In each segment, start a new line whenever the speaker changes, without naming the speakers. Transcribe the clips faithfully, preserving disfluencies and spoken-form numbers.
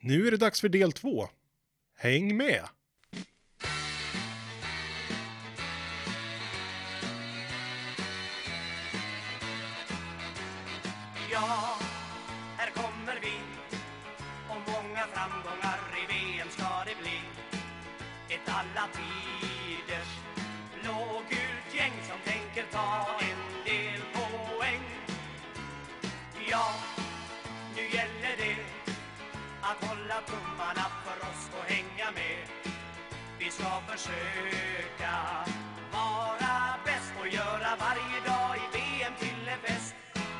Nu är det dags för del två. Häng med!
Ja, här kommer vi. Och många framgångar i V M ska det bli. Ett alla tiders blågult gäng som tänker ta en del poäng. Ja, nu gäller det att hålla tummarna för oss och hänga med. Vi ska försöka vara bäst och göra varje dag i V M till en fest.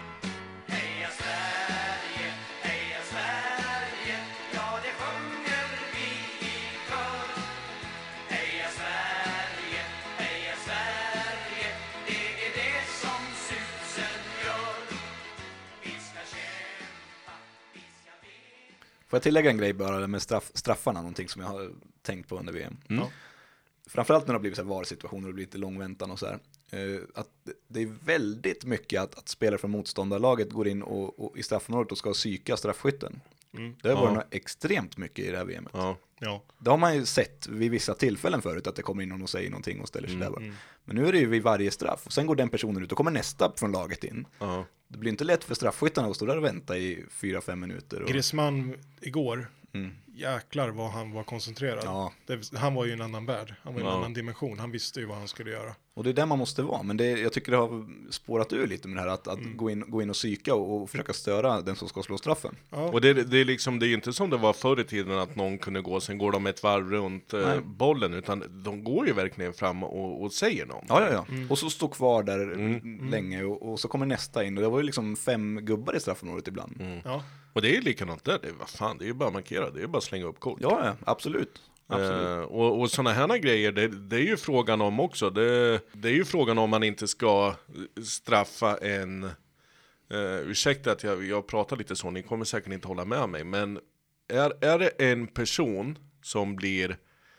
Heja Sverige, heja Sverige, ja det sjunger vi i kör. Heja Sverige, heja Sverige, det är det som susen gör. Vi ska kämpa, vi ska vinna.
Får jag tillägga en grej bara med straff, straffarna, någonting som jag har tänkt på under V M.
Mm.
Ja. Framförallt när det har blivit så här VAR-situationer och blivit lite lång väntan och så här. Uh, att det är väldigt mycket att, att spelare från motståndarlaget går in och, och i straffområdet och ska psyka straffskytten.
Mm.
Det har varit
Ja.
något extremt mycket i det här V M:et.
Ja.
Ja.
Det har man ju sett vid vissa tillfällen förut, att det kommer in någon och säger någonting och ställer sig
Mm.
där bara.
Mm.
Men nu är det ju vid varje straff. Och sen går den personen ut och kommer nästa från laget in.
Ja.
Det blir inte lätt för straffskyttarna att stå där och vänta i fyra fem minuter. Och...
Griezmann igår,
Mm.
jäklar vad han var koncentrerad.
Ja.
Det, han var ju en annan värld, han var i en
Ja.
annan dimension. Han visste ju vad han skulle göra.
Och det är där man måste vara. Men det, jag tycker det har spårat ur lite med det här att, att
Mm.
gå, in, gå in och psyka och, och försöka störa den som ska slå straffen.
Ja.
Och det, det är liksom, det är inte som det var förr i tiden att någon kunde gå, sen går de ett varv runt eh,
Nej.
bollen, utan de går ju verkligen fram och, och säger någonting.
Ja, ja, ja.
Mm.
Och så stå kvar där
Mm.
länge och, och så kommer nästa in. Och det var ju liksom fem gubbar i straffområdet ibland.
Mm.
Ja.
Och det är likadant där, det är, vad fan, det är ju bara att markera, det är ju bara att slänga upp kort.
Ja, ja, absolut. absolut.
Eh, och och sådana här grejer, det, det är ju frågan om också, det, det är ju frågan om man inte ska straffa en, uh, ursäkta att jag, jag pratar lite så, ni kommer säkert inte hålla med mig, men är, är det en person som blir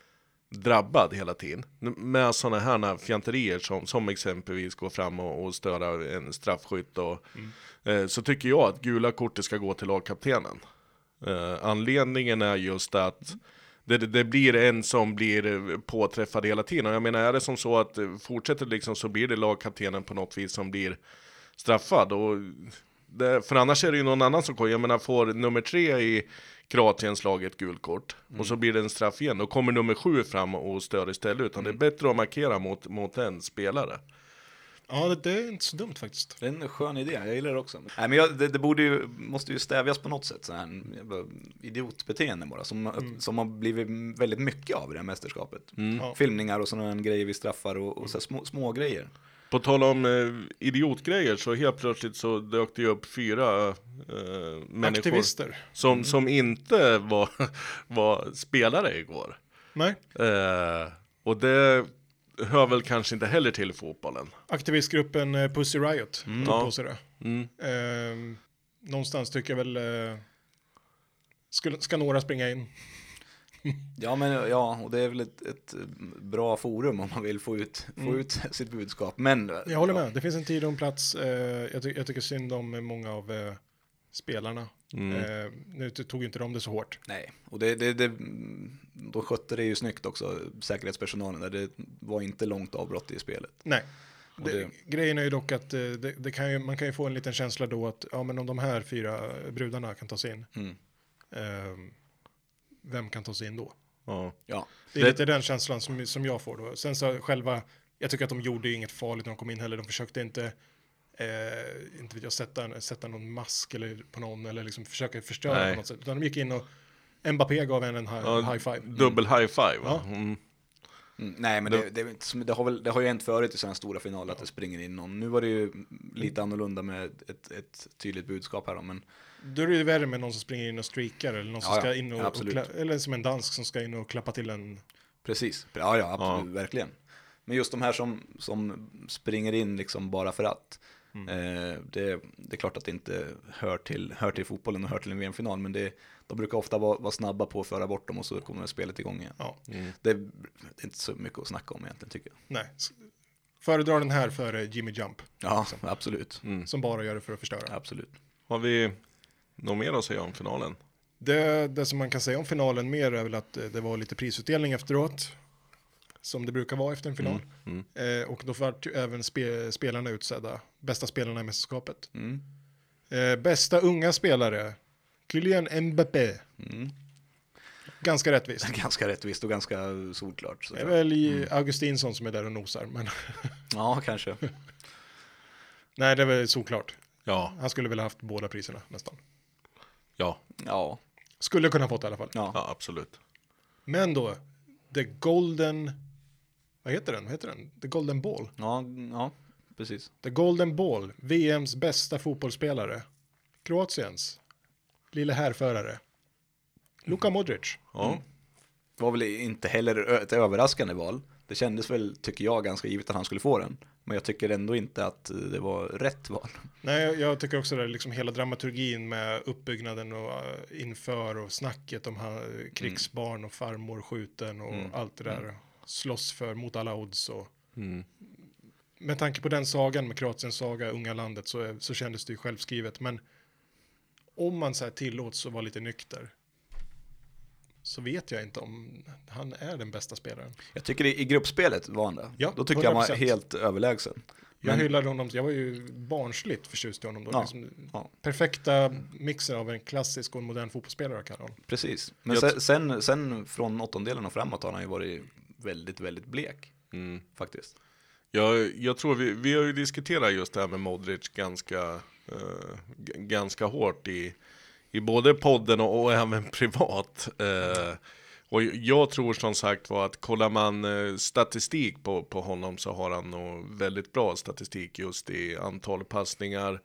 drabbad hela tiden med sådana här fjanterier som, som exempelvis går fram och, och störa en straffskytt och,
Mm.
eh, så tycker jag att gula kortet ska gå till lagkaptenen. Eh, anledningen är just att det, det blir en som blir påträffad hela tiden. Och jag menar, är det som så att eh, fortsätter liksom, så blir det lagkaptenen på något vis som blir straffad. Och det, för annars är det ju någon annan som kommer. Jag menar, får nummer tre i Kroatiens lag ett gult kort
Mm.
och så blir det en straff igen. Då kommer nummer sju fram och stör istället. Utan
Mm.
det är bättre att markera mot, mot en spelare.
Ja, det, det är inte så dumt faktiskt.
Det är en skön idé, jag gillar det också. Nej, men jag, det, det borde ju, måste ju stävjas på något sätt, så här jävla idiotbeteende bara, som,
Mm.
som har blivit väldigt mycket av i det här mästerskapet.
Mm.
Ja.
Filmningar och sådana grejer vi straffar och, och så här små, små grejer.
På tal om eh, idiotgrejer, så helt plötsligt så dök det ju upp fyra eh, människor
Aktivister.
som,
Mm.
som inte var, var spelare igår.
Nej,
Eh, och det hör väl kanske inte heller till fotbollen.
aktivistgruppen eh, Pussy Riot
Mm.
tog
Ja.
på sig det.
Mm.
Ehm, någonstans tycker jag väl eh, skulle, ska några springa in.
Ja, men ja, och det är väl ett, ett bra forum om man vill få ut, få
Mm.
ut sitt budskap. Men
Jag håller med, det finns en tid och en plats. Eh, jag, ty- jag tycker synd om många av eh, spelarna.
Mm.
Eh, nu t- tog inte de det så hårt.
Nej, och det, det, det, då skötte det ju snyggt också, säkerhetspersonalen, där det var inte långt avbrott i spelet.
Nej.
Och
Det,
det-
Grejen är ju dock att eh, det, det kan ju, man kan ju få en liten känsla då att ja, men om de här fyra brudarna kan ta sig in,
Mm.
eh, vem kan ta sig in då?
Ja.
Ja,
Det är
Det-
lite den känslan som, som jag får då. Sen så själva, jag tycker att de gjorde inget farligt när de kom in heller. De försökte inte, eh, inte vet jag, sätta, en- sätta någon mask eller på någon eller liksom försöka förstöra
Nej.
på något sätt. Utan de gick in och Mbappé gav en en high,
Ja,
high five.
Dubbel high five. va?
Ja.
Mm.
mm, nej men det, det, är inte som- det, har väl, det har ju hänt förut i sådana stora finaler att det springer in någon. Nu var det ju lite annorlunda med ett, ett tydligt budskap här då, men
Då är det ju värre med någon som springer in och streakar eller någon som
Ja, ja,
ska in och, och
absolut.
kla- eller som en dansk som ska in och klappa till en.
precis. Ja, ja, absolut, verkligen. Men just de här som, som springer in liksom bara för att,
Mm.
eh, det, det är klart att det inte hör till, hör till fotbollen och hör till en V M-final, men det, de brukar ofta vara, vara snabba på att föra bort dem och så kommer spelet igång igen.
Ja,
Mm.
Det, det är inte så mycket att snacka om egentligen, tycker jag.
nej. S- Föredrar den här för Jimmy Jump
Ja, absolut.
Mm.
som bara gör det för att förstöra.
Absolut.
Har vi något mer att säga om finalen?
Det, det som man kan säga om finalen mer är väl att det var lite prisutdelning efteråt. Som det brukar vara efter en final.
Mm.
Eh, och då var ju även spe, spelarna utsedda. Bästa spelarna i mästerskapet.
Mm.
Eh, bästa unga spelare. Kylian Mbappé.
Mm.
Ganska rättvist.
Ganska rättvist och ganska solklart. Så
Det är väl Augustinsson som är där och nosar. Men
ja, kanske.
nej, det är väl såklart.
Ja,
Han skulle väl ha haft båda priserna nästan.
ja,
Ja.
Skulle kunna ha fått i alla fall.
Ja.
ja, absolut.
Men då, The Golden... Vad heter den? Vad heter den? The Golden Ball.
Ja, ja, precis.
The Golden Ball, V M:s bästa fotbollsspelare. Kroatiens lille härförare. Luka Modric.
Ja,
Det var väl inte heller ett överraskande val. Det kändes väl, tycker jag, ganska givet att han skulle få den. Men jag tycker ändå inte att det var rätt val.
Nej, jag tycker också det, liksom hela dramaturgin med uppbyggnaden och uh, inför och snacket om han, krigsbarn och farmor skjuten och
Mm.
allt det där. Slåss för mot alla odds och
mm.
med tanke på den sagan med Kroatiens saga, unga landet, så, så kändes det ju självskrivet. Men om man så här tillåts att vara lite nykter så vet jag inte om han är den bästa spelaren.
Jag tycker i, i gruppspelet var han det.
Ja,
Då tycker jag han var
hundra procent.
helt överlägsen.
Jag
Men-
hyllade honom, jag var ju barnsligt förtjust i honom då.
Ja,
Liksom,
ja.
perfekta mixen av en klassisk och en modern fotbollsspelare kan han.
Precis. Men
Jag
sen, sen, sen från åttondelen och framåt har han ju varit väldigt, väldigt blek.
Mm.
Faktiskt.
Jag, jag tror vi, vi har ju diskuterat just det här med Modric ganska, eh, g- ganska hårt i, i både podden och, och även privat. Eh, och jag tror som sagt var att kollar man eh, statistik på, på honom så har han nog väldigt bra statistik just i antal passningar,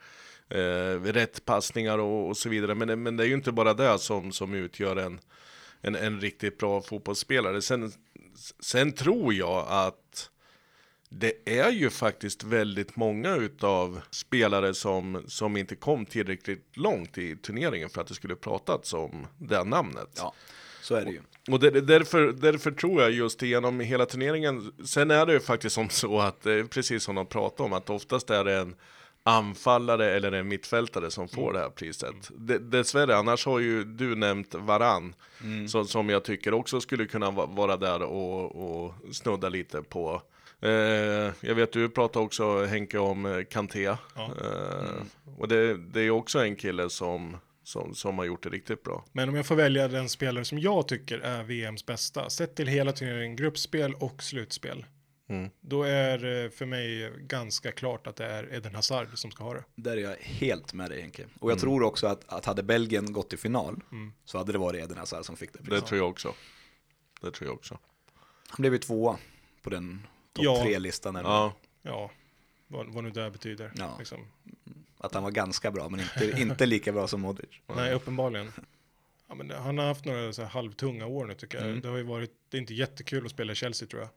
eh, rätt passningar och, och så vidare. Men, det- men det är ju inte bara det som, som utgör en, en, en riktigt bra fotbollsspelare. Sen, sen tror jag att det är ju faktiskt väldigt många utav spelare som, som inte kom tillräckligt långt i turneringen för att det skulle pratats om det namnet.
Ja, så är det ju.
Och det, därför, därför tror jag just genom hela turneringen, sen är det ju faktiskt som så att, eh, precis som de pratar om, att oftast är det en anfallare eller en mittfältare som får det här priset. D- dessvärre, annars har ju du nämnt Varan, så, som jag tycker också skulle kunna va- vara där och, och snudda lite på. Eh, jag vet du pratar också, Henke, om eh, Kanté.
Ja.
Eh, och det, det är också en kille som, som, som har gjort det riktigt bra.
Men om jag får välja den spelare som jag tycker är V M:s bästa, sett till hela turneringen, gruppspel och slutspel,
Mm.
då är det för mig ganska klart att det är Eden Hazard som ska ha det.
Där är jag helt med dig, Henke. Och jag tror också att, att hade Belgien gått till final
Mm.
så hade det varit Eden Hazard som fick det
Det
priset.
tror jag också. Det tror jag också.
Han blev ju tvåa på den topp
Ja.
tre-listan. eller
Ja,
Ja, vad, vad nu det betyder.
Ja.
Liksom.
Att han var ganska bra, men inte, inte lika bra som Modric.
Nej, uppenbarligen. Ja, men han har haft några så här halvtunga år nu tycker jag.
Mm.
Det har ju varit, det är inte jättekul att spela i Chelsea tror jag.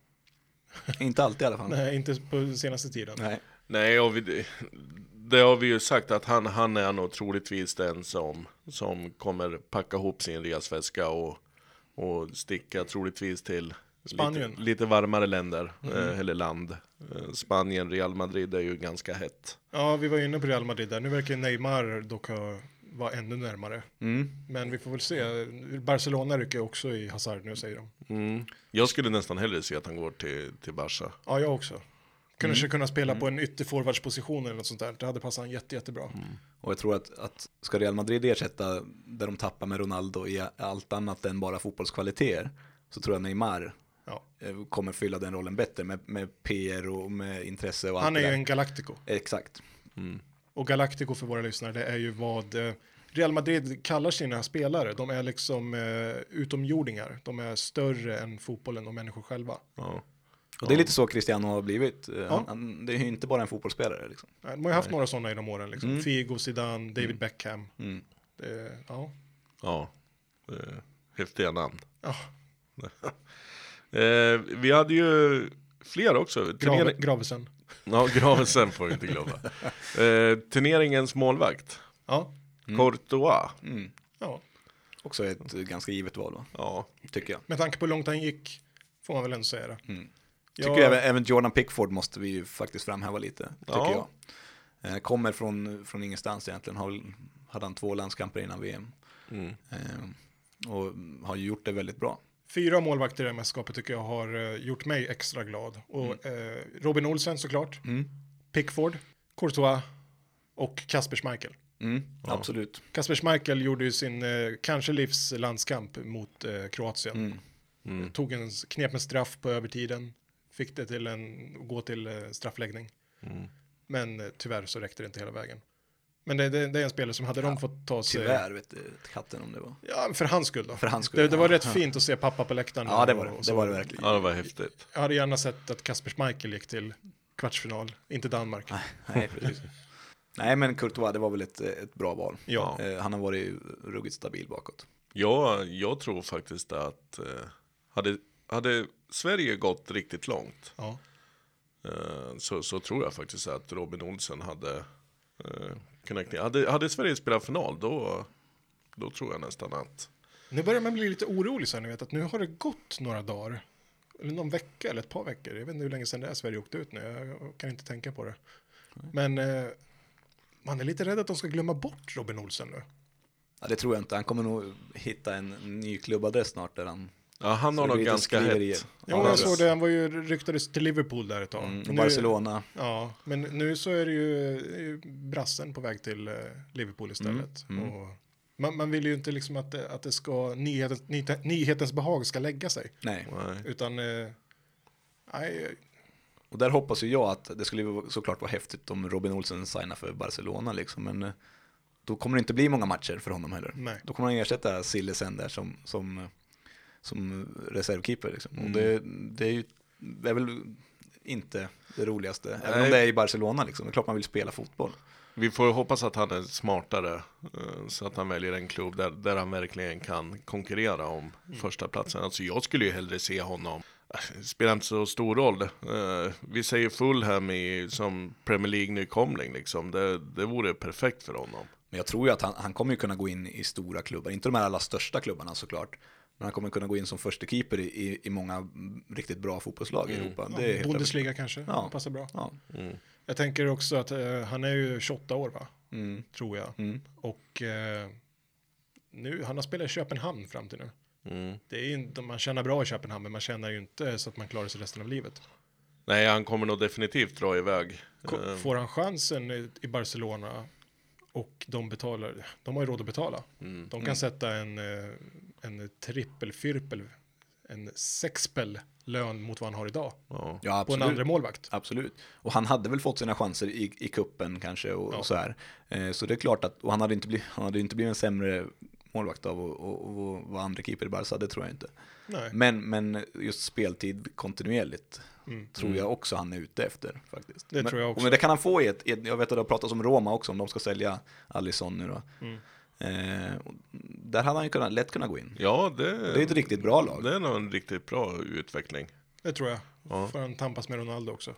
Inte alltid i alla fall.
Nej, inte på senaste tiden.
Nej.
nej, och vi, det har vi ju sagt att han, han är nog troligtvis den som, som kommer packa ihop sin resväska och, och sticka troligtvis till
Spanien.
Lite, lite varmare länder, eh, eller land. Eh, Spanien, Real Madrid är ju ganska hett.
Ja, vi var inne på Real Madrid där. Nu verkar Neymar dock ha, vara ännu närmare.
Mm.
Men vi får väl se. Barcelona rycker också i Hazard nu, säger de.
Mm. Jag skulle nästan hellre se att han går till, till Barca.
Ja, jag också. Kanske kunna spela på en ytterforwardsposition eller något sånt där. Det hade passat han jätte, jättebra.
Och jag tror att, att ska Real Madrid ersätta där de tappar med Ronaldo i allt annat än bara fotbollskvaliteter, så tror jag Neymar
Ja.
eh, kommer fylla den rollen bättre med, med P R och med intresse och allt
Han är
det
ju
där.
en Galactico.
Exakt.
Och Galactico för våra lyssnare, det är ju vad eh, Real Madrid kallar sina spelare. De är liksom eh, utomjordingar. De är större än fotbollen och människor själva.
Ja.
Och det är lite så Cristiano har blivit. Eh,
Ja.
Han, han, det är ju inte bara en fotbollsspelare. Liksom.
De har ju haft några sådana genom åren. Liksom.
Mm.
Figo, Zidane, David Beckham.
Mm.
Det, ja.
Ja, eh, häftiga namn.
Ja.
Eh, vi hade ju fler också.
Grav,
Turnering...
Gravesen.
Ja, Gravesen får vi inte glömma. Eh, turneringens målvakt,
Ja.
Courtois.
Mm.
Ja.
Också ett eh, ganska givet val, va?
Ja,
Tycker jag.
Med tanke på hur långt han gick får man väl ändå säga det.
Mm.
Ja,
Tycker även, även Jordan Pickford måste vi ju faktiskt framhäva lite, tycker
Ja.
jag. Eh, kommer från, från ingenstans egentligen. Har, hade han två landskamper innan V M.
Mm.
Eh, och har ju gjort det väldigt bra.
Fyra målvakter i det mästerskapet tycker jag har uh, gjort mig extra glad. Och mm. uh, Robin Olsen såklart,
Mm.
Pickford, Courtois och Kasper Schmeichel.
Mm,
Ja.
Absolut.
Kasper Schmeichel gjorde ju sin uh, kanske livs landskamp mot uh, Kroatien.
Mm.
Mm.
Tog en knep med straff på övertiden. Fick det till en, gå till uh, straffläggning.
Mm.
Men uh, tyvärr så räckte det inte hela vägen. Men det, det, det är en spelare som hade ja, de fått ta sig...
Tyvärr vet du, katten om det var.
Ja, för hans skull då.
För hans skull,
det, det var
ja.
rätt fint att se pappa på läktaren.
Ja, det var det.
Och, och
det var det verkligen.
Ja, det var häftigt.
Jag hade gärna sett att Kasper Schmeichel gick till kvartsfinal, inte Danmark.
Nej, nej precis. Nej, men Courtois, det var väl ett, ett bra val.
Ja.
Eh, han har varit ruggigt stabil bakåt.
Ja, jag tror faktiskt att eh, hade, hade Sverige gått riktigt långt
Ja.
eh, så, så tror jag faktiskt att Robin Olsen hade eh, kunnat... Hade, hade Sverige spelat final, då, då tror jag nästan att...
Nu börjar man bli lite orolig så här, ni vet att nu har det gått några dagar. Eller någon vecka eller ett par veckor. Jag vet inte hur länge sedan det är Sverige åkte ut nu. Jag kan inte tänka på det. Men eh, man är lite rädd att de ska glömma bort Robin Olsen nu.
Ja, det tror jag inte. Han kommer nog hitta en ny klubbadress snart där han...
Ja, han har
Så det
nog
blir
ganska
lite skriverier.
hett.
Ja,
Ja,
jag
precis.
såg det. Han var ju ryktades till Liverpool där ett tag.
Mm, och
Nu-
Barcelona.
Ja, men nu så är det ju, är ju brassen på väg till eh, Liverpool istället.
Mm, mm.
Och man, man vill ju inte liksom att det, att det ska, nyhetens, nyhe- nyhetens behag ska lägga sig.
Nej.
Nej.
Utan, eh, nej,
Och där hoppas ju jag att det skulle vara- såklart vara häftigt om Robin Olsen signar för Barcelona liksom, men eh, då kommer det inte bli många matcher för honom heller.
nej.
Då kommer han ersätta Sillesen där som, som, eh, som reservkeeper liksom.
Mm.
Och det, det är ju det är väl inte det roligaste, även
Nej.
om det är i Barcelona liksom. Det är klart man vill spela fotboll.
Vi får ju hoppas att han är smartare eh, så att han väljer en klubb där, där han verkligen kan konkurrera om första platsen. Alltså jag skulle ju hellre se honom. Det spelar inte så stor roll. Eh, vi säger Fulham i, som Premier League-nykomling. Liksom. Det, det vore perfekt för honom.
Men jag tror ju att han, han kommer ju kunna gå in i stora klubbar, inte de här alla största klubbarna såklart. Men han kommer kunna gå in som första keeper i, i, i många riktigt bra fotbollslag i
Mm.
Europa.
Ja,
Det är helt
Bundesliga kanske,
Ja.
passar bra.
Ja.
Mm.
Jag tänker också att eh, han är ju tjugoåtta år va,
Mm.
tror jag.
Mm.
Och eh, nu, han har spelat i Köpenhamn fram till nu.
Mm.
Det är inte, man tjänar bra i Köpenhamn, men man tjänar ju inte så att man klarar sig resten av livet.
Nej, han kommer nog definitivt dra iväg.
Ko-
Eh,
Får han chansen i- i Barcelona och de betalar, de har ju råd att betala.
mm.
De kan sätta en, eh, en trippel, fyrpel, en sexpel lön mot vad han har idag.
Ja.
Ja,
På en
absolut.
andra målvakt.
Absolut. Och han hade väl fått sina chanser i, i kuppen kanske och,
Ja.
och så här. Eh, så det är klart att, och han hade inte blivit, han hade inte blivit en sämre målvakt av att och, och, och vara andra keeper i Barca, det tror jag inte.
Nej.
Men, men just speltid kontinuerligt
Mm.
tror jag också han är ute efter faktiskt.
Det
men,
tror jag också.
Men det kan han få i ett, i ett jag vet att det har pratats om Roma också, om de ska sälja Alisson nu då.
Mm.
Eh, och där hade han ju kunnat, lätt kunnat gå in.
Ja, det,
Det är ett riktigt bra lag.
det är nog en riktigt bra utveckling.
Det tror jag.
Ja.
Får han tampas med Ronaldo också.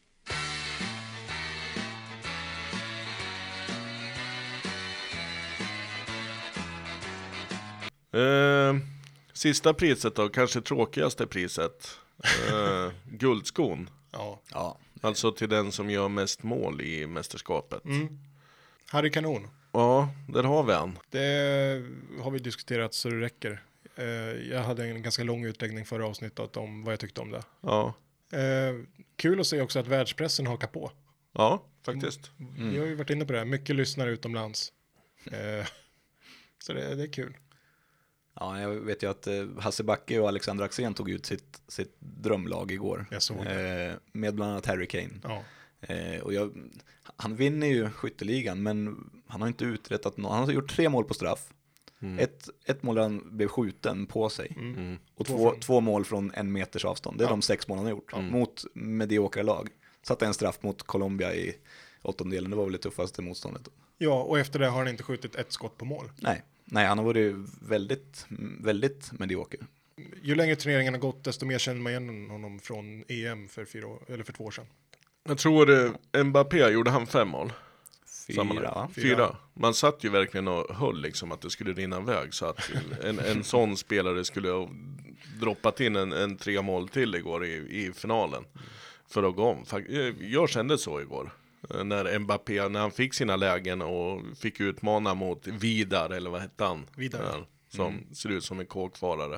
Eh, sista priset då, kanske tråkigaste priset. Eh, guldskon.
Ja.
Ja,
Alltså till den som gör mest mål i mästerskapet.
Mm. Harry Kanon.
Ja, där har vi han.
Det har vi diskuterat så det räcker. Eh, Jag hade en ganska lång utläggning förra avsnittet om vad jag tyckte om det.
Ja,
Eh, Kul att se också att världspressen hakar på.
ja faktiskt.
Vi har ju varit inne på det här. Mycket lyssnare utomlands. Eh, Så det, det är kul.
ja, jag vet ju att eh, Hasse Backe och Alexander Axén tog ut sitt, sitt drömlag igår.
Jag såg det.
Eh, med bland annat Harry Kane.
Ja.
Eh, och jag, han vinner ju skytteligan, men han har inte uträttat något. Han har gjort tre mål på straff.
Mm.
Ett, ett mål där han blev skjuten på sig.
Mm.
Mm.
Och
Två
två,
från-
två mål från en meters avstånd. Det är
Ja.
de sex mål han har gjort.
Mm.
Mot mediokra lag. Satte en straff mot Colombia i åttondelen. Det var väl det tuffaste motståndet.
Ja, och efter det har han inte skjutit ett skott på mål.
Nej, Nej han har varit väldigt, väldigt medioker.
Ju längre turneringen har gått, desto mer känner man igen honom från E M för, fyra år, eller för två år sedan.
Jag tror eh, Mbappé gjorde han fem mål.
Fyra,
Sammanlagt.
va?
Fyra.
Fyra.
Man satt ju verkligen och höll liksom att det skulle rinna iväg så att en, en sån spelare skulle ha droppat in en, en tre mål till igår i, i finalen för att gå om. Fak- Jag kände så igår. när Mbappé, när han fick sina lägen och fick utmana mot Vidar, eller vad hette han?
Vidar.
Ja, som
Mm.
ser ut som en kåkfarare.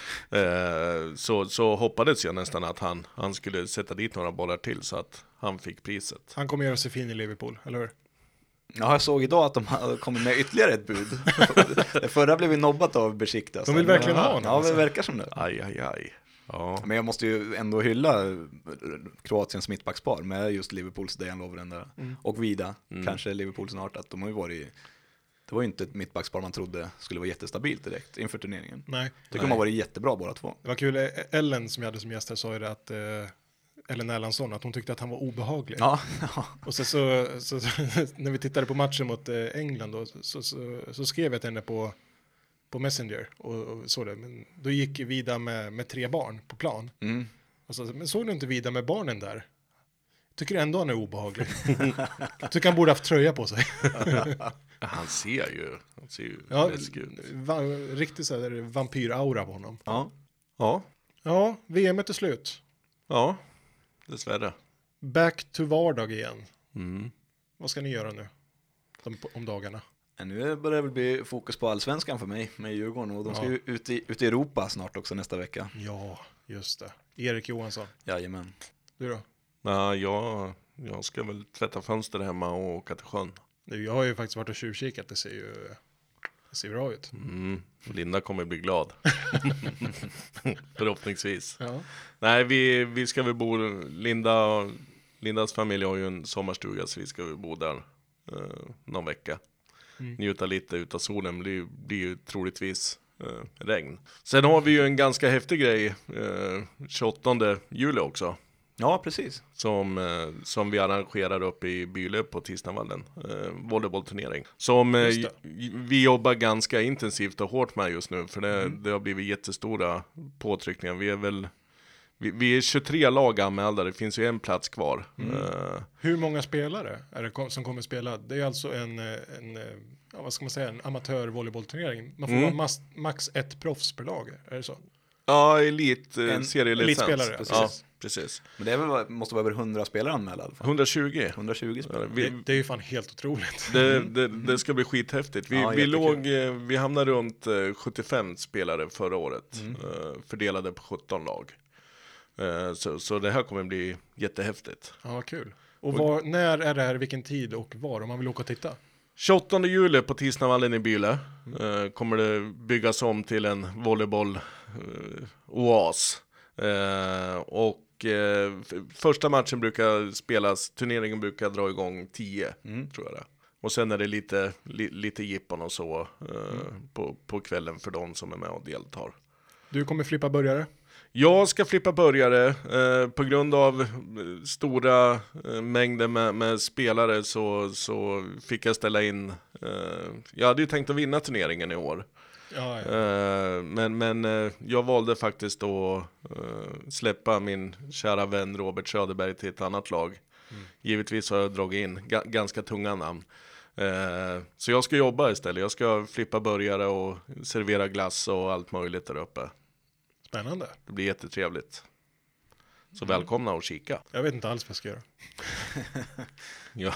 Eh, så, så hoppades jag nästan att han, han skulle sätta dit några bollar till så att han fick priset.
Han kommer göra sig fin i Liverpool, eller hur?
Ja, jag såg idag att de har kommit med ytterligare ett bud. Det förra blev vi nobbat av Besiktas.
De vill verkligen ha honom,
Ja,
alltså.
det verkar som det.
Aj, aj, aj. Ja.
Men jag måste ju ändå hylla Kroatiens mittbackspar med just Liverpools Dejan Lovren där.
Mm.
Och Vida,
Mm.
kanske Liverpool snart, att de har ju varit, det var ju inte ett mittbackspar man trodde skulle vara jättestabilt direkt inför turneringen.
Nej.
Tycker de har varit jättebra båda två.
Det var kul, Ellen som jag hade som gäst här sa ju det att eh, Ellen Erlandsson, att hon tyckte att han var obehaglig.
Ja, ja.
Och så, så, så, så när vi tittade på matchen mot eh, England då, så, så, så skrev jag till henne på, på Messenger och, och så det. Men då gick Vida med, med tre barn på plan.
Mm.
Och så, men såg du inte Vida med barnen där? Tycker ändå han är obehaglig. Tycker han borde haft tröja på sig.
Han ser ju, han ser ju
Ja,
läskig ut.
va, riktigt så här vampyr-aura på honom.
Ja.
Ja,
Ja, V M är slut.
ja, dessvärre.
Back to vardag igen.
Mm.
Vad ska ni göra nu? Om, om dagarna.
Men nu börjar det väl bli fokus på allsvenskan för mig med Djurgården, och de ska
Ja.
ju ut i, ut i Europa snart också nästa vecka.
Ja, just det. Erik Johansson.
Jajamän.
Du då?
Nej, jag, jag ska väl tvätta fönster hemma och åka till sjön.
Nu, jag har ju faktiskt varit och tjuvkikat. Det ser ju det ser bra ut.
Mm. Linda kommer bli glad. Förhoppningsvis.
Ja.
Nej, vi, vi ska väl bo, Linda, Lindas familj har ju en sommarstuga, så vi ska väl bo där eh, någon vecka.
Mm.
Njuta lite utav solen, det blir, blir ju troligtvis eh, regn. Sen har vi ju en ganska häftig grej eh, tjugoåttonde juli också.
Ja, precis.
Som, eh, som vi arrangerar uppe i Byle på Tisnavallen. Eh, volleybollturnering. Som eh,
Just
vi jobbar ganska intensivt och hårt med just nu. För det,
Mm.
det har blivit jättestora påtryckningar. Vi är väl vi, vi är tjugotre lag anmälda. Det finns ju en plats kvar.
Mm.
Eh,
Hur många spelare är det kom- som kommer spela? Det är alltså en, eh, en eh, ja, vad ska man säga, en amatör-volleybollturnering. Man får
Mm.
vara mas- max ett proffs per lag, är det så?
ja, elit, eh,
En
serielicens.
elitspelare,
Precis.
ja.
Ja, precis.
Men det är väl, måste vara över hundra spelare anmälda i alla fall.
hundratjugo.
hundratjugo spelare.
Eh, vi,
Det, det är ju fan helt otroligt.
Det, det, det ska bli skithäftigt. Vi,
Ja,
vi,
jättekul.
låg, eh, vi hamnade runt eh, sjuttiofem spelare förra året.
Mm.
eh, Fördelade på sjutton lag. Eh, Så, så det här kommer bli jättehäftigt.
Ja, kul. Och var, när är det här, vilken tid och var, om man vill åka och titta?
tjugoåttonde juli på Tisnavallen i Byle eh, kommer det byggas om till en volleyboll-oas. Eh, och eh, f- första matchen brukar spelas, turneringen brukar dra igång tio,
Mm.
tror jag det. Och sen är det lite, li, lite jippon och så eh, på, på kvällen för de som är med och deltar.
Du kommer flippa burgare?
Jag ska flippa burgare eh, på grund av eh, stora eh, mängder med, med spelare så, så fick jag ställa in. Eh, jag hade ju tänkt att vinna turneringen i år.
Ja, ja.
Eh, men men eh, jag valde faktiskt att eh, släppa min kära vän Robert Söderberg till ett annat lag.
Mm.
Givetvis har jag dragit in ga- ganska tunga namn. Eh, så jag ska jobba istället. Jag ska flippa burgare och servera glass och allt möjligt där uppe.
Spännande.
Det blir jättetrevligt. Så
Mm.
välkomna och kika.
Jag vet inte alls vad jag ska göra.
Ja.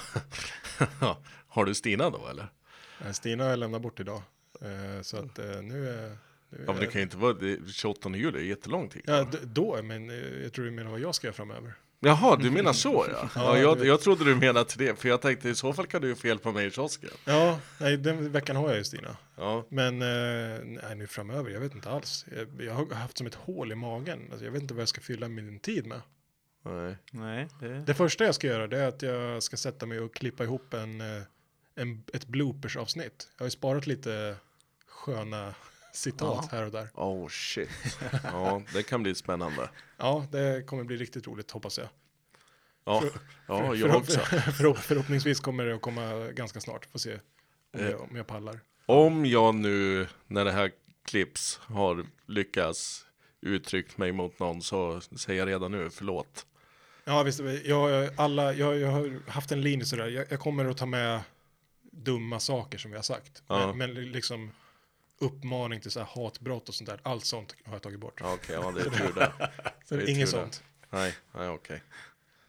Har du Stina då eller?
Eh, Stina har jag lämnat bort idag. Eh, Så att eh, nu är... Nu
Ja, men det
är
kan ju inte vara det, tjugoåttonde juli, det är jättelång tid.
ja, d- då, men eh, jag tror du menar vad jag ska göra framöver.
Jaha, du menar så ja.
Ja,
ja
du
jag,
vet.
jag trodde du menade till det, för jag tänkte i så fall kan du ju få hjälpa mig i kiosken.
Ja, nej, den veckan har jag ju Stina.
Ja,
Men eh, nej, nu framöver, jag vet inte alls. Jag, jag har haft som ett hål i magen. Alltså, jag vet inte vad jag ska fylla min tid med.
nej.
Nej, det...
Det första jag ska göra det är att jag ska sätta mig och klippa ihop en, eh, en, ett bloopers-avsnitt. Jag har ju sparat lite sköna citat
Ja.
här och där.
Oh shit. Ja, det kan bli spännande.
Ja, det kommer bli riktigt roligt hoppas jag.
Ja,
För-
ja
För-
jag också.
Förhopp- förhoppningsvis kommer det att komma ganska snart. Får se om
Eh.
jag, om jag pallar.
Om jag nu, när det här klipps, har lyckats uttryckt mig mot någon så säger jag redan nu förlåt.
Ja, visst. Jag, alla, jag, jag har haft en linje sådär. Jag, jag kommer att ta med dumma saker som vi har sagt.
Ja.
Men, men liksom uppmaning till så här hatbrott och sånt där. Allt sånt har jag tagit bort.
Ja, okej, ja det är tur det.
Så
det är
inget
tur det.
sånt.
Nej, nej okej.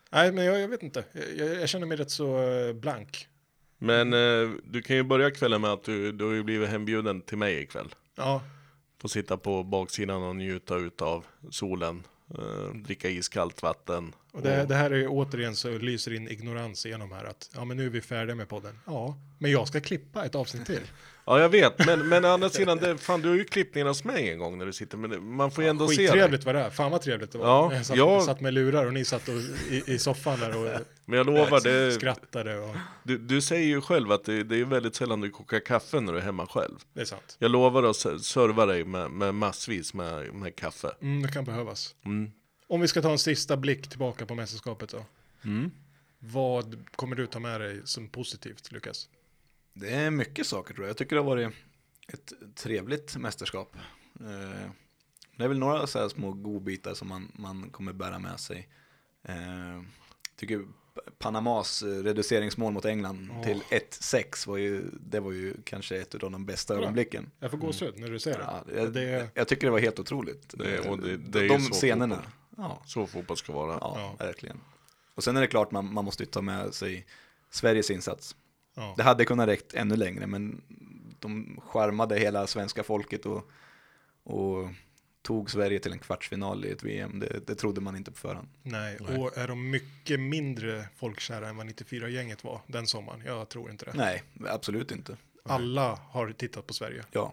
Nej, men jag, jag vet inte. Jag, jag känner mig rätt så eh, blank.
Men eh, du kan ju börja kvällen med att du, du har ju blivit hembjuden till mig ikväll.
Ja,
Få sitta på baksidan och njuta utav solen. Eh, dricka iskallt vatten.
och det, det här är ju återigen så lyser in ignorans igenom här att ja, men nu är vi färdiga med podden. Ja, men jag ska klippa ett avsnitt till.
Ja, jag vet, men, men å andra sidan, det, fan, du har ju klippningen hos mig en gång när du sitter, men det, man får ju ändå se det.
Skittrevligt var det här. Fan vad trevligt det var.
Ja,
jag satt,
jag-
satt med lurar och ni satt och, i, i soffan där och
Men jag lovar, det,
skrattade. Och,
du, du säger ju själv att det, det är väldigt sällan du kokar kaffe när du är hemma själv.
det är sant.
Jag lovar att se- serva dig med, med massvis med, med kaffe.
Mm, det kan behövas.
Mm.
Om vi ska ta en sista blick tillbaka på mästerskapet då.
Mm.
Vad kommer du ta med dig som positivt, Lukas?
Det är mycket saker tror jag. Jag tycker det har varit ett trevligt mästerskap. Eh, Det är väl några så här små godbitar som man, man kommer bära med sig. Eh, tycker Panamas reduceringsmål mot England
Åh.
till ett sex var ju, det var ju kanske ett av de bästa ögonblicken.
Jag får gåshud när du säger det.
Ja, jag,
det.
jag tycker det var helt otroligt.
Det- och det- det är ju
de
så
scenerna.
fotboll.
Ja,
Så fotboll ska vara.
ja,
Ja.
verkligen. Och sen är det klart man, man måste ju ta med sig Sveriges insats.
Ja.
Det hade kunnat räckt ännu längre, men de charmade hela svenska folket och, och tog Sverige till en kvartsfinal i ett V M. Det, det trodde man inte på förhand.
Nej,
Nej.
och är de mycket mindre folkkära än vad nittiofyra-gänget var den sommaren? Jag tror inte det.
Nej, absolut inte.
Alla har tittat på Sverige.
Ja,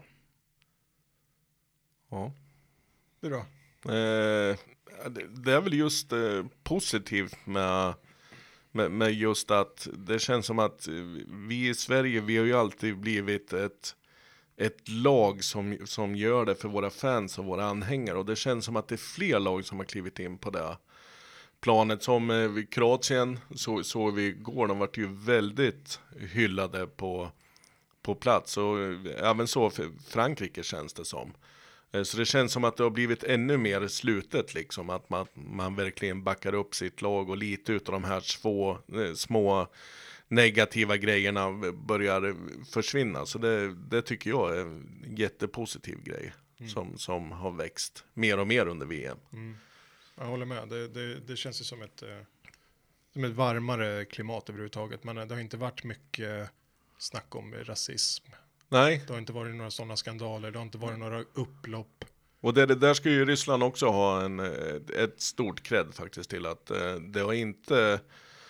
Ja.
Du då?
Eh, det, det är väl just eh, positivt med, med, med just att det känns som att vi i Sverige, vi har ju alltid blivit ett, ett lag som, som gör det för våra fans och våra anhängare. Och det känns som att det är fler lag som har klivit in på det planet. Som eh, Kroatien så, såg vi igår, de var ju väldigt hyllade på, på plats. Och eh, även så för Frankrike känns det som. Så det känns som att det har blivit ännu mer slutet liksom, att man, man verkligen backar upp sitt lag och lite utav de här två, eh, små negativa grejerna börjar försvinna. Så det, det tycker jag är en jättepositiv grej
Mm.
som, som har växt mer och mer under V M.
Mm. Jag håller med. Det, det, det känns ju som ett, eh, som ett varmare klimat överhuvudtaget. Men det har inte varit mycket snack om rasism.
Nej,
Det har inte varit några sådana skandaler. Det har inte varit några upplopp.
och det, det där ska ju Ryssland också ha en, eh, ett stort cred faktiskt till att eh, det har inte...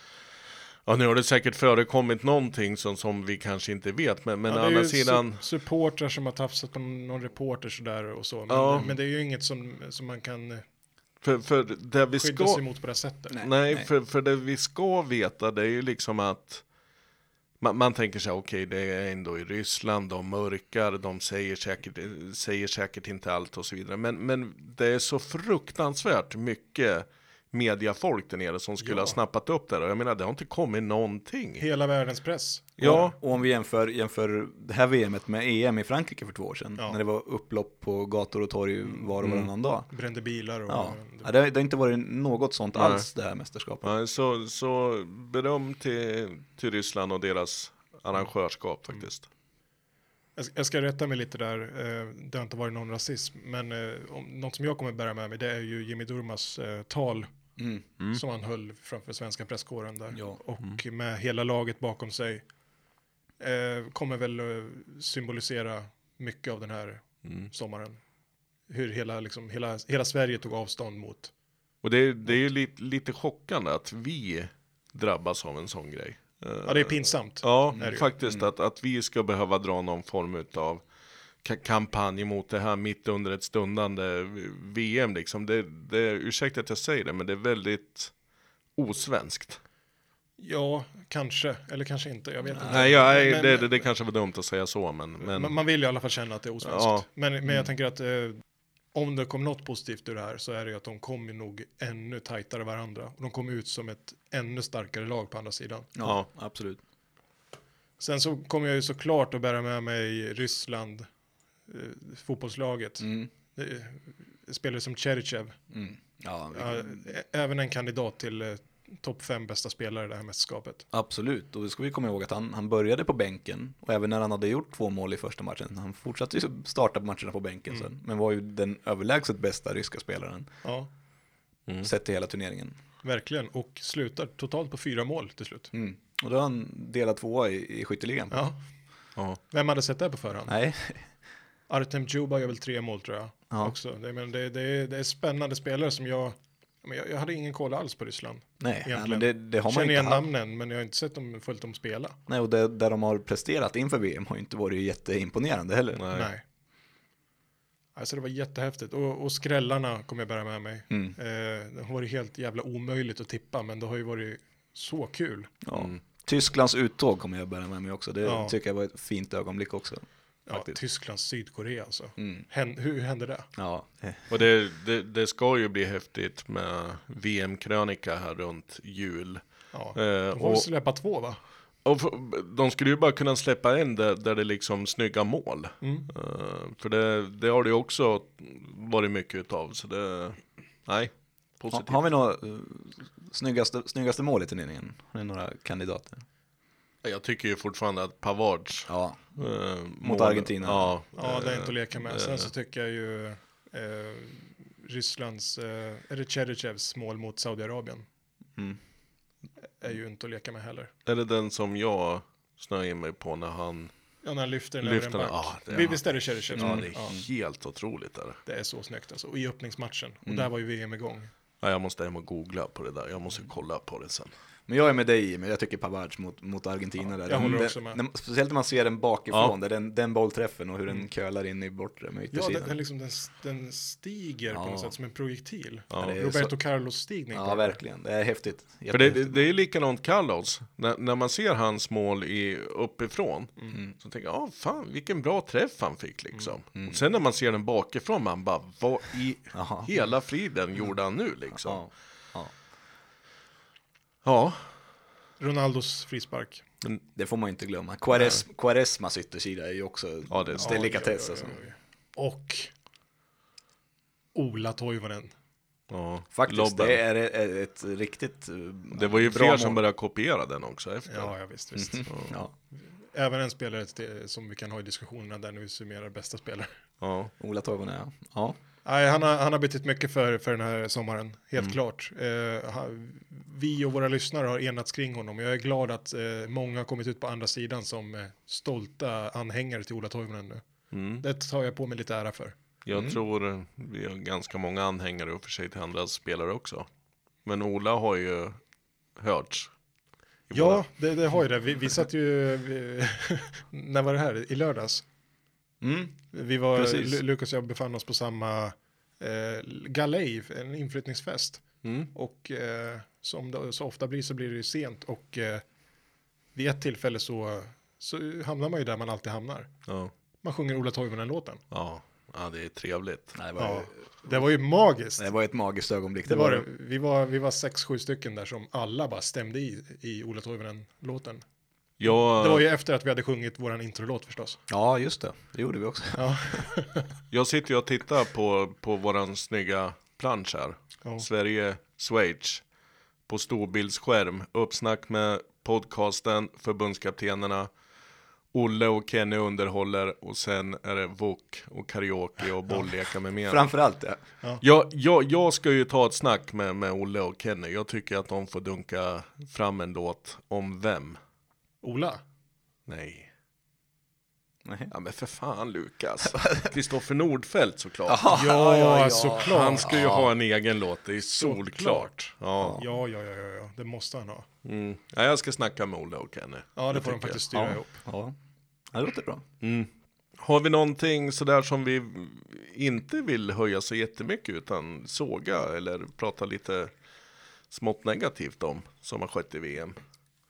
Ja, nu har det säkert förekommit någonting som, som vi kanske inte vet, men, men
Ja,
å
det är
andra
ju
sidan...
su- supportrar som har tafsat på någon reporter sådär och så. Men,
Ja.
men det är ju inget som, som man kan eh,
För, för det vi
skydda
ska...
sig mot på det här sättet.
Nej.
Nej, För, för det vi ska veta, det är ju liksom att man, man tänker sig, okej, okay, det är ändå i Ryssland, de mörkar, de säger säkert, säger säkert inte allt och så vidare. Men, men det är så fruktansvärt mycket mediafolk där nere som skulle
Ja.
ha snappat upp det. Och jag menar, det har inte kommit någonting.
Hela världens press.
Ja,
och om vi jämför, jämför det här V M:et med E M i Frankrike för två år sedan,
Ja.
när det var upplopp på gator och torg var och varannan dag.
Brände bilar och...
Ja. Ja, det, har, det har inte varit något sånt
Nej.
alls det här mästerskapet.
ja, så, så beröm till, till Ryssland och deras arrangörskap faktiskt.
Jag ska- Jag ska rätta mig lite där. eh, Det har inte varit någon rasism. Men eh, om, något som jag kommer bära med mig det är ju Jimmy Durmaz eh, tal
Mm.
Mm.
som han höll framför svenska presskåren där.
Ja.
Och med hela laget bakom sig eh, kommer väl eh, symbolisera mycket av den här
Mm.
sommaren. Hur hela, liksom, hela, hela Sverige tog avstånd mot.
Och det, det är ju lite, lite chockande att vi drabbas av en sån grej.
Ja, det är pinsamt.
Ja,
är det ju.
faktiskt att, att vi ska behöva dra någon form av ka- kampanj mot det här mitt under ett stundande V M liksom. Det, det, ursäkta att jag säger det, men det är väldigt osvenskt.
Ja, kanske. Eller kanske inte. Jag vet inte.
Nej, ja, nej
Men-
det, det, det kanske var dumt att säga så, men... men
Man, man vill ju i alla fall känna att det är osvenskt.
Ja.
Men, men jag tänker att eh, om det kom något positivt ur det här så är det ju att de kommer nog ännu tajtare varandra. Och de kommer ut som ett ännu starkare lag på andra sidan.
Ja, absolut.
Sen så kommer jag ju såklart att bära med mig Ryssland, eh, fotbollslaget.
Mm.
Eh, spelare som Cherchev.
Mm. Ja, vi-
Ja, ä- även en kandidat till eh, topp fem bästa spelare i det här mästerskapet.
absolut. Och då ska vi komma ihåg att han, han började på bänken. Och även när han hade gjort två mål i första matchen. Han fortsatte ju starta matcherna på bänken
Mm.
sen. Men var ju den överlägset bästa ryska spelaren.
Ja.
Mm.
Sett till hela turneringen.
verkligen. Och slutar totalt på fyra mål till slut.
Mm. Och då har han delat tvåa i, i skytteligan.
Ja.
Ja.
Vem hade sett det på förhand?
Nej.
Artem Djuba gör väl tre mål tror jag.
Ja.
Också. Det, men det, det, är, det är spännande spelare som jag... Men jag, jag hade ingen koll alls på Ryssland.
Nej,
Egentligen.
nej men det, det har man
Känner
inte
igen
haft.
namnen, men jag har inte sett dem följt dem spela.
Nej, och det, där de har presterat inför V M har ju inte varit jätteimponerande heller.
Nej.
Nej. Alltså det var jättehäftigt. Och, och skrällarna kommer jag bära med mig.
Mm.
Eh, det har varit helt jävla omöjligt att tippa, men det har ju varit så kul.
Ja.
Mm.
Tysklands uttåg kommer jag bära med mig också. Det
Ja.
tycker jag var ett fint ögonblick också.
Ja,
Faktiskt.
Tyskland, Sydkorea alltså.
Mm.
Hän, hur hände det?
Ja. eh,
Och det, det, det ska ju bli häftigt med V M-krönika här runt jul.
Ja.
Eh,
De får väl
och,
släppa två va?
och för, de skulle ju bara kunna släppa en där, där det är liksom snygga mål.
Mm.
Eh, för det, det har det ju också varit mycket utav. Så det, nej,
Ha,
positivt.
har vi några uh, snyggaste, snyggaste mål i turneringen? Har ni några kandidater?
Jag tycker ju fortfarande att Pavards
Ja.
eh,
Mot
mål-
Argentina.
Ja,
Ja, det är
eh,
inte att leka med.
eh,
Sen så tycker jag ju eh, Rysslands, eh, eller Cherchevs mål mot Saudiarabien
Mm.
är ju inte att leka med heller.
Är det den som jag snöjer mig på när han
Ja, när han lyfter den
lyfter
över
den?
en back.
Ja, det,
Vi- Visst är det Cherchevs
ja,
mål?
det är
Ja,
helt otroligt. Där.
det är så snyggt alltså. Och i öppningsmatchen. Och
Mm.
där var ju V M igång.
Ja, jag måste hem och googla på det där. Jag måste kolla på det sen.
Men jag är med dig, men jag tycker Pavards mot, mot Argentina.
Ja,
där.
jag håller
Den-
också med.
den- speciellt när man ser den bakifrån,
Ja.
där den, den bollträffen och hur den kölar in i bortre med
Ja,
yttersidan.
den, den, liksom, den, den stiger på
Ja.
något sätt som en projektil.
Ja,
det är
Roberto
så-
Carlos-stigning.
Ja,
bara.
verkligen. Det är häftigt.
För det,
Jättehäftigt.
det är likadant Carlos. När, när man ser hans mål i, uppifrån
Mm.
så tänker jag, ja fan vilken bra träff han fick liksom.
Mm.
Och sen när man ser den bakifrån, man bara, vad i
Jaha.
hela friden gjorde han nu liksom?
Ja. Ja.
Ja,
Ronaldos frispark.
Det får man inte glömma. Quares, Quaresmas yttersida är ju också
Ja, det är-
delikatess.
Oj,
Alltså.
oj, oj, oj. Och Ola Toivonen.
ja.
Faktiskt,
Lobben.
det är ett, ett riktigt eh,
Det var ju
bra
fler
mål.
som började kopiera den också efter.
Ja, ja visst, visst.
Ja.
Även en spelare till- som vi kan ha i diskussionerna där när vi summerar bästa spelare.
Ja.
Ola Toivonen, ja. ja.
Nej, han, har, han har betytt mycket för, för den här sommaren, helt
Mm.
klart. Eh, ha- vi och våra lyssnare har enats kring honom. Jag är glad att eh, många har kommit ut på andra sidan som eh, stolta anhängare till Ola Toivonen nu.
Mm.
Det tar jag på mig lite ära för.
Jag
Mm.
tror eh, vi har ganska många anhängare och för sig till andra spelare också. Men Ola har ju hörts. i
Ja,
våra-
det, det har ju det. Vi, vi satt ju, vi, när var det här? I lördags.
Mm.
Vi var,
Precis.
Lu- Lukas och jag befann oss på samma eh, galej, en inflyttningsfest.
Mm.
Och eh, som det så ofta blir så blir det ju sent. Och eh, vid ett tillfälle så, så hamnar man ju där man alltid hamnar.
Ja.
Man sjunger Ola Toivonen-låten.
Ja. Ja, det är trevligt.
Nej, det, var,
Ja, det var ju magiskt.
det var ett magiskt ögonblick.
Det var det. Vi var, vi var sex, sju stycken där som alla bara stämde i, i Ola Toivonen-låten.
Jag,
Det var ju efter att vi hade sjungit våran introlåt förstås.
Ja, just det. Det gjorde vi också.
Ja.
jag sitter ju och tittar på, på våran snygga plansch här.
Ja.
Sverige, Schweiz. På storbildsskärm. Uppsnack med podcasten, förbundskaptenerna. Olle och Kenny underhåller. Och sen är det wok och karaoke och bolllekar med mera.
Framförallt det.
Jag, jag, jag ska ju ta ett snack med, med Olle och Kenny. Jag tycker att de får dunka fram en låt om vem?
Ola?
Nej.
Nej.
Ja men för fan Lukas. Kristoffer Nordfeldt såklart.
Ja, såklart.
Han ska ju ha en egen låt, det är solklart. Ja.
Ja, ja, ja, ja, ja. Det måste han ha.
Mm. Ja, jag ska snacka med Olle och Kenny.
Ja, det
Det
får de
tycker
faktiskt
Ja.
styra ihop.
Ja. Ja, det låter bra.
Mm. Har vi någonting sådär som vi inte vill höja så jättemycket utan såga eller prata lite smått negativt om som har skett i V M?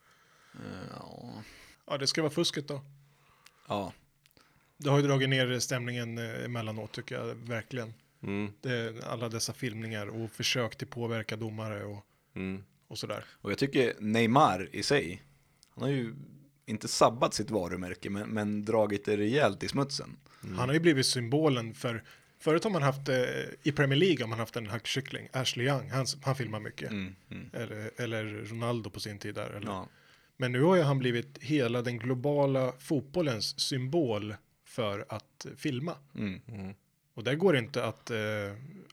Ja.
Ja, det ska vara fusket då.
Ja.
Det har ju dragit ner stämningen eh, emellanåt tycker jag, verkligen.
Mm.
Det, alla dessa filmningar och försök till påverka domare och,
Mm.
och sådär.
Och jag tycker Neymar i sig, han har ju inte sabbat sitt varumärke men, men dragit det rejält i smutsen.
Han har ju blivit symbolen för, förut har man haft, eh, i Premier League har man haft en hackkyckling, Ashley Young, han, han filmar mycket.
Mm. Mm.
Eller, eller Ronaldo på sin tid där. Eller.
Ja.
Men nu har ju han blivit hela den globala fotbollens symbol för att filma.
Mm.
Och där går det inte att, eh,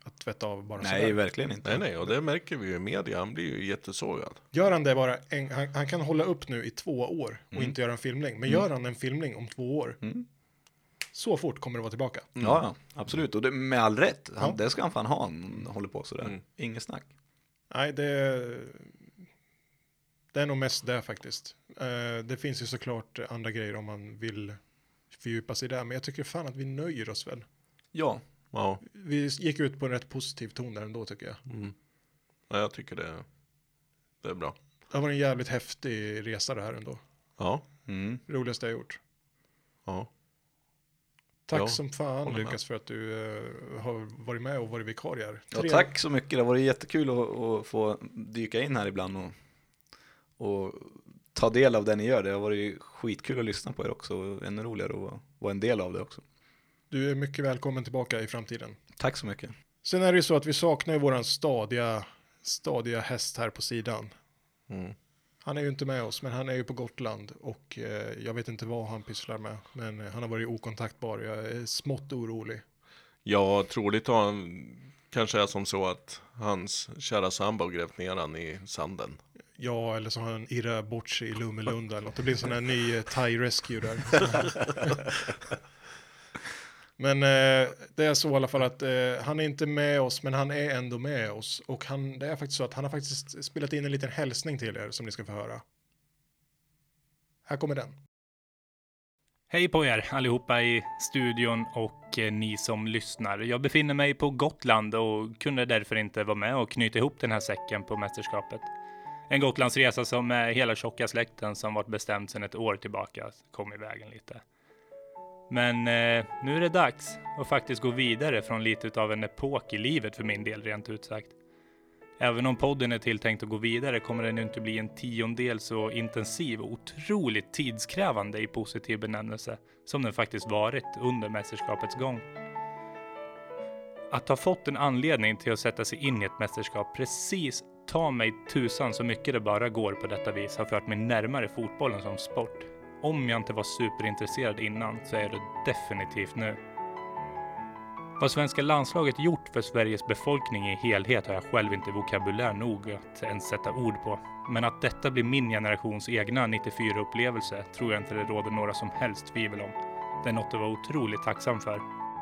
att tvätta av bara
Nej,
sådär.
verkligen inte.
Nej, nej, och det märker vi ju i media. Han blir ju jättesågad.
Gör han det bara, en, han, han kan hålla upp nu i två år och
Mm.
inte göra en filmning. Men
Mm.
gör han en filmning om två år,
Mm.
så fort kommer det vara tillbaka.
Mm.
Ja, ja, absolut. Och det, med all rätt. Han,
Ja.
Det ska han fan ha. Han håller på sådär.
Mm.
Inget snack.
Nej, det, det är nog mest det faktiskt. Eh, det finns ju såklart andra grejer om man vill fördjupa sig där. Men jag tycker fan att vi nöjer oss väl.
Ja,
Ja,
Vi gick ut på en rätt positiv ton där ändå tycker jag.
mm. Ja, jag tycker det, det är bra.
Det var en jävligt häftig resa det här ändå.
Ja,
mm.
Roligaste jag gjort.
ja.
Tack
Ja,
som fan
håller med.
Lukas för att du eh, har varit med och varit vikarie här.
Ja,
Tre-
tack så mycket. Det har varit jättekul att, att få dyka in här ibland och, och ta del av det ni gör. Det har varit skitkul att lyssna på er också. Och ännu roligare att vara- vara en del av det också.
Du är mycket välkommen tillbaka i framtiden.
Tack så mycket.
Sen är det ju så att vi saknar ju våran stadiga, stadiga häst här på sidan.
Mm.
Han är ju inte med oss, men han är ju på Gotland och eh, jag vet inte vad han pysslar med. Men eh, han har varit okontaktbar. Jag är smått orolig.
Ja, troligt har han kanske är som så att hans kära sambo grävt ner han i sanden.
Ja, eller så har han irrat bort sig i Lummelunda eller något. Det blir en sån här ny eh, Thai Rescue där. Men eh, det är så i alla fall att eh, han är inte med oss, men han är ändå med oss. Och han, det är faktiskt så att han har faktiskt spelat in en liten hälsning till er som ni ska få höra. Här kommer den.
Hej på er allihopa i studion och eh, ni som lyssnar. Jag befinner mig på Gotland och kunde därför inte vara med och knyta ihop den här säcken på mästerskapet. En Gotlandsresa som eh, hela tjocka släkten som varit bestämt sedan ett år tillbaka kom i vägen lite. Men eh, nu är det dags att faktiskt gå vidare från lite av en epok i livet för min del rent ut sagt. Även om podden är tilltänkt att gå vidare kommer den inte bli en tiondel så intensiv och otroligt tidskrävande i positiv benämnelse som den faktiskt varit under mästerskapets gång. Att ha fått en anledning till att sätta sig in i ett mästerskap precis ta mig tusan så mycket det bara går på detta vis har fört mig närmare fotbollen som sport. Om jag inte var superintresserad innan så är det definitivt nu. Vad svenska landslaget gjort för Sveriges befolkning i helhet har jag själv inte vokabulär nog att ens sätta ord på. Men att detta blir min generations egna nittiofyra-upplevelse tror jag inte det råder några som helst tvivel om. Det är något att vara otroligt tacksam för.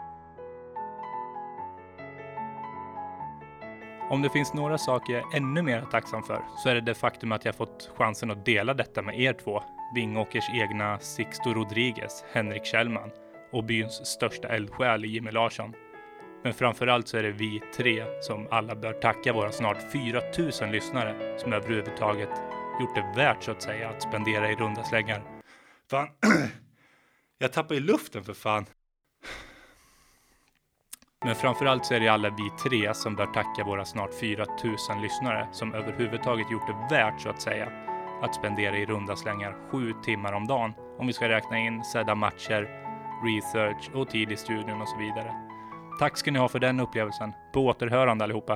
Om det finns några saker jag är ännu mer tacksam för så är det det faktum att jag fått chansen att dela detta med er två. Vingåkers egna Sixto Rodriguez, Henrik Kjellman och byns största eldsjäl Jimmy Larsson. Men framförallt så är det vi tre som alla bör tacka våra snart fyra tusen lyssnare som överhuvudtaget gjort det värt så att säga att spendera i runda slängar. Fan, jag tappar i luften för fan. Men framförallt så är det alla vi tre som bör tacka våra snart fyra tusen lyssnare som överhuvudtaget gjort det värt så att säga att spendera i runda slängar sju timmar om dagen om vi ska räkna in sedda matcher, research och tid i studion och så vidare. Tack ska ni ha för den upplevelsen. På återhörande allihopa.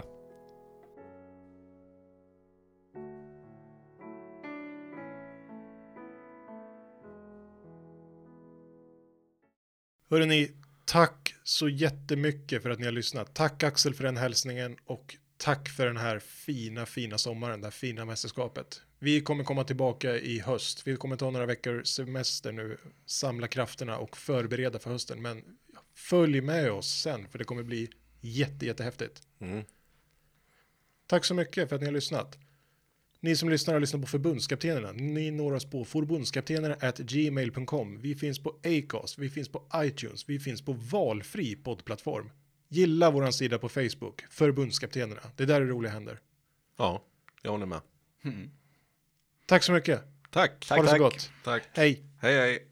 Hörrni, tack så jättemycket för att ni har lyssnat. Tack Axel för den hälsningen och tack för den här fina, fina sommaren, det här fina mästerskapet. Vi kommer komma tillbaka i höst. Vi kommer ta några veckor semester nu, samla krafterna och förbereda för hösten. Men följ med oss sen, för det kommer bli jätte, jättehäftigt.
Mm.
Tack så mycket för att ni har lyssnat. Ni som lyssnar har lyssnat på förbundskaptenerna. Ni når oss på förbundskaptenerna at gmail punkt com. Vi finns på Acast, vi finns på iTunes, vi finns på valfri poddplattform. Gilla våran sida på Facebook, förbundskaptenerna. Det är där det roliga händer.
Ja, jag håller med.
Mm.
Tack så mycket.
Tack.
Ha det så
tack.
gott.
Tack.
Hej.
Hej, hej.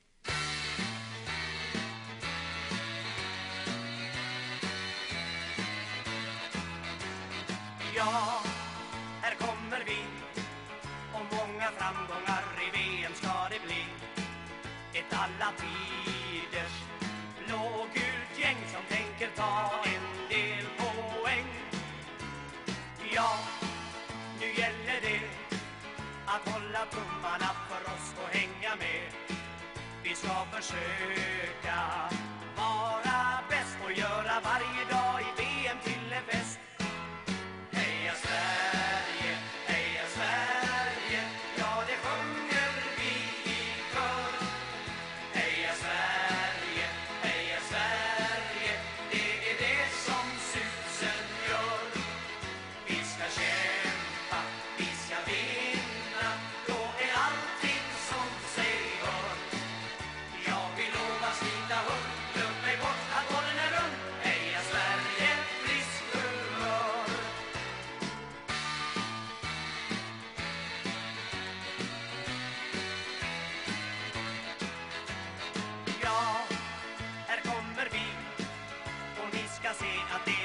Ja, här kommer vi och många framgångar i V M ska det bli. Ett alla tiders blågult gäng som tänker ta en del poäng. Ja, nu gäller det att hålla tummarna för oss och hänga med. Vi ska försöka vara bäst och göra varje dag i V M till se att det